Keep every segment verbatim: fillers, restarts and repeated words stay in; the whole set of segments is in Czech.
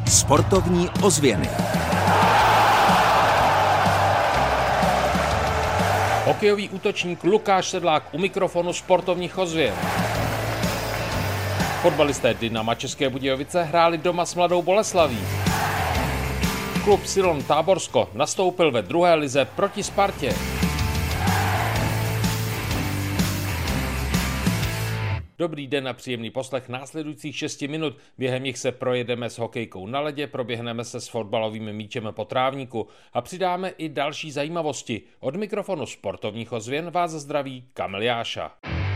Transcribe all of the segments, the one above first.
Sportovní ozvěny. Hokejový útočník Lukáš Sedlák u mikrofonu sportovních ozvěn. Fotbalisté Dynama České Budějovice hráli doma s Mladou Boleslaví. Klub Silon Táborsko nastoupil ve druhé lize proti Spartě. Dobrý den a příjemný poslech následujících šesti minut. Během nich se projedeme s hokejkou na ledě, proběhneme se s fotbalovým míčem po trávníku a přidáme i další zajímavosti. Od mikrofonu sportovních ozvěn vás zdraví Kamil Jáša.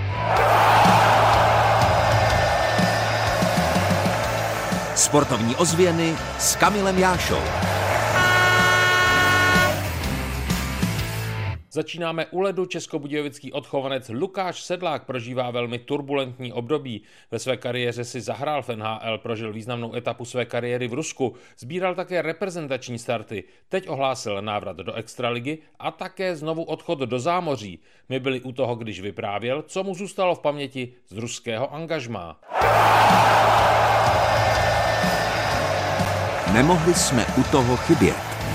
Sportovní ozvěny s Kamilem Jášou. Začínáme u ledu. Českobudějovický odchovanec Lukáš Sedlák prožívá velmi turbulentní období. Ve své kariéře si zahrál v N H L, prožil významnou etapu své kariéry v Rusku, sbíral také reprezentační starty, teď ohlásil návrat do extraligy a také znovu odchod do zámoří. My byli u toho, když vyprávěl, co mu zůstalo v paměti z ruského angažmá. Nemohli jsme u toho chybět.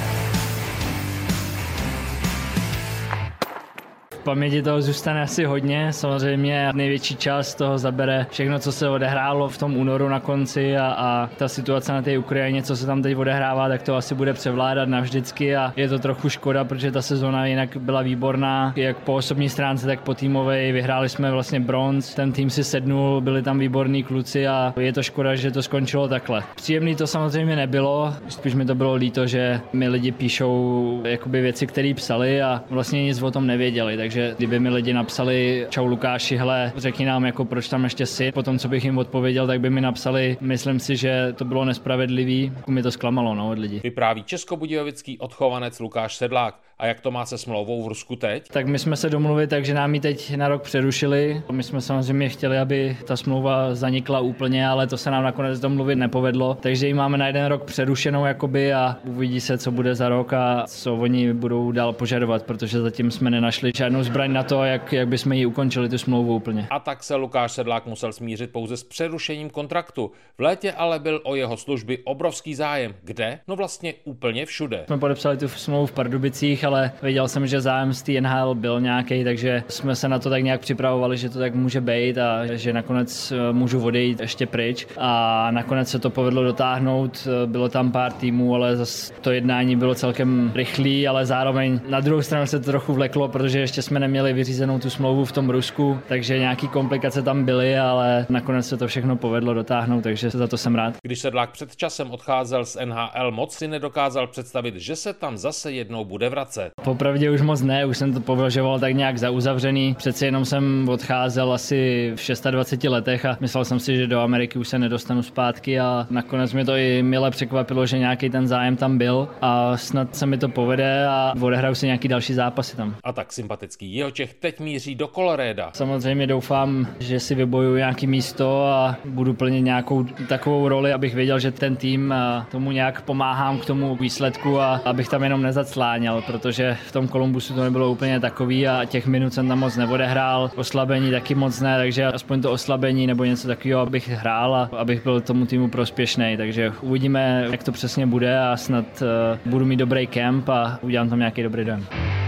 V paměti toho zůstane asi hodně, samozřejmě největší část toho zabere všechno, co se odehrálo v tom únoru na konci a, a ta situace na té Ukrajině, co se tam teď odehrává, tak to asi bude převládat navždycky a je to trochu škoda, protože ta sezóna jinak byla výborná, jak po osobní stránce, tak po týmové. Vyhráli jsme vlastně bronz, ten tým si sednul, byli tam výborní kluci a je to škoda, že to skončilo takhle. Příjemný to samozřejmě nebylo, spíš mi to bylo líto, že mi lidi píšou jakoby věci, které psali a vlastně nic o tom nevěděli, takže že kdyby mi lidi napsali čau Lukáši, hele, řekni nám, jako proč tam ještě jsi, potom co bych jim odpověděl, tak by mi napsali, myslím si, že to bylo nespravedlivý, mi to zklamalo, no, od lidí. Vypráví českobudějovický odchovanec Lukáš Sedlák. A jak to má se smlouvou v Rusku teď? Tak my jsme se domluvili, takže nám ji teď na rok přerušili. My jsme samozřejmě chtěli, aby ta smlouva zanikla úplně, ale to se nám nakonec domluvit nepovedlo. Takže ji máme na jeden rok přerušenou jakoby a uvidí se, co bude za rok a co oni budou dál požadovat, protože zatím jsme nenašli žádnou zbraň na to, jak, jak bychom ji ukončili tu smlouvu úplně. A tak se Lukáš Sedlák musel smířit pouze s přerušením kontraktu. V létě ale byl o jeho služby obrovský zájem. Kde? No vlastně úplně všude. Jsme podepsali tu smlouvu v Pardubicích, ale věděl jsem, že zájem z té N H L byl nějaký, takže jsme se na to tak nějak připravovali, že to tak může být a že nakonec můžu odejít ještě pryč. A nakonec se to povedlo dotáhnout, bylo tam pár týmů, ale zase to jednání bylo celkem rychlý, ale zároveň na druhou stranu se to trochu vleklo, protože ještě jsme neměli vyřízenou tu smlouvu v tom Rusku, takže nějaký komplikace tam byly, ale nakonec se to všechno povedlo dotáhnout, takže za to jsem rád. Když Sedlák před časem odcházel z N H L, moc si nedokázal představit, že se tam zase jednou bude vracet. Popravdě už moc ne, už jsem to považoval tak nějak za uzavřený. Přeci jenom jsem odcházel asi v dvaceti šesti letech a myslel jsem si, že do Ameriky už se nedostanu zpátky a nakonec mě to i mile překvapilo, že nějaký ten zájem tam byl a snad se mi to povede a odehraju si nějaký další zápasy tam. A tak sympatický Jihočech teď míří do Coloréda. Samozřejmě doufám, že si vybojuju nějaký místo a budu plnit nějakou takovou roli, abych věděl, že ten tým tomu nějak pomáhám k tomu výsledku a abych tam jenom nezacláněl, protože v tom Kolumbusu to nebylo úplně takový a těch minut jsem tam moc neodehrál, oslabení taky moc ne, takže aspoň to oslabení nebo něco takového, abych hrál a abych byl tomu týmu prospěšný, takže uvidíme, jak to přesně bude a snad uh, budu mít dobrý kemp a udělám tam nějaký dobrý den.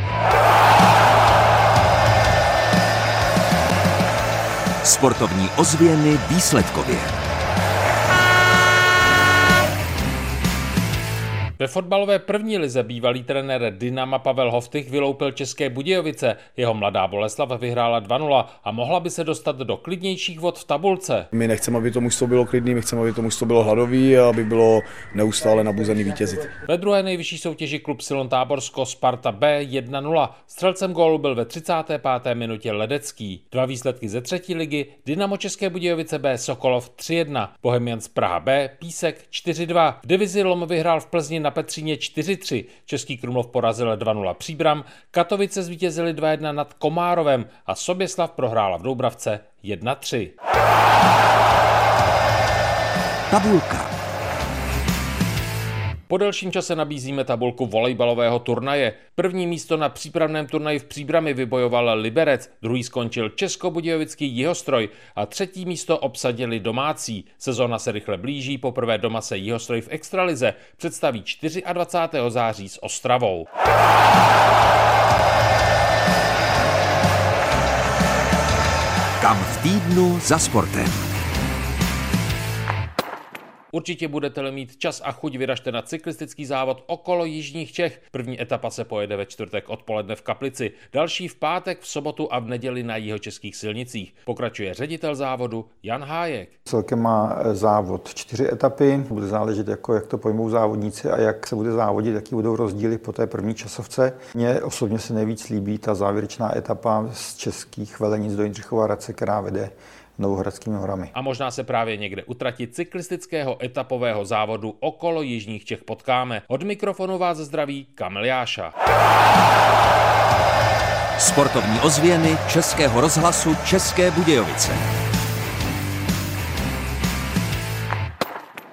Sportovní ozvěny výsledkově. Ve fotbalové první lize bývalý trenér Dynama Pavel Hoftych vyloupil České Budějovice. Jeho Mladá Boleslav vyhrála dva nula a mohla by se dostat do klidnějších vod v tabulce. My nechceme, aby to mužstvo bylo klidný, my chceme, aby to mužstvo bylo hladový a aby bylo neustále nabuzený vítězit. Ve druhé nejvyšší soutěži klub Silon Táborsko Sparta B jedna nula. Střelcem gólu byl ve třicáté páté minutě Ledecký. Dva výsledky ze třetí ligy: Dynamo České Budějovice B Sokolov tři jedna, Bohemians Praha B Písek čtyři dva. V divizi Lom vyhrál v Plzni na Petříně čtyři tři, Český Krumlov porazil dva nula Příbram, Katovice zvítězili dva jedna nad Komárovem a Soběslav prohrála v Doubravce jedna tři. Tabulka. Po delším čase nabízíme tabulku volejbalového turnaje. První místo na přípravném turnaji v Příbrami vybojoval Liberec, druhý skončil Českobudějovický Jihostroj a třetí místo obsadili domácí. Sezona se rychle blíží, poprvé doma se Jihostroj v extralize představí dvacátého čtvrtého září s Ostravou. Kam v týdnu za sportem. Určitě budete-li mít čas a chuť, vyražte na cyklistický závod okolo jižních Čech. První etapa se pojede ve čtvrtek odpoledne v Kaplici, další v pátek, v sobotu a v neděli na jihočeských silnicích. Pokračuje ředitel závodu Jan Hájek. Celkem má závod čtyři etapy, bude záležet, jako, jak to pojmou závodníci a jak se bude závodit, jaký budou rozdíly po té první časovce. Mně osobně se nejvíc líbí ta závěrečná etapa z českých Velenic do Jindřichova Hradce, která vede Novohradskými horami. A možná se právě někde u trati cyklistického etapového závodu okolo jižních Čech potkáme. Od mikrofonu vás zdraví Kamil Jáša. Sportovní ozvěny Českého rozhlasu České Budějovice.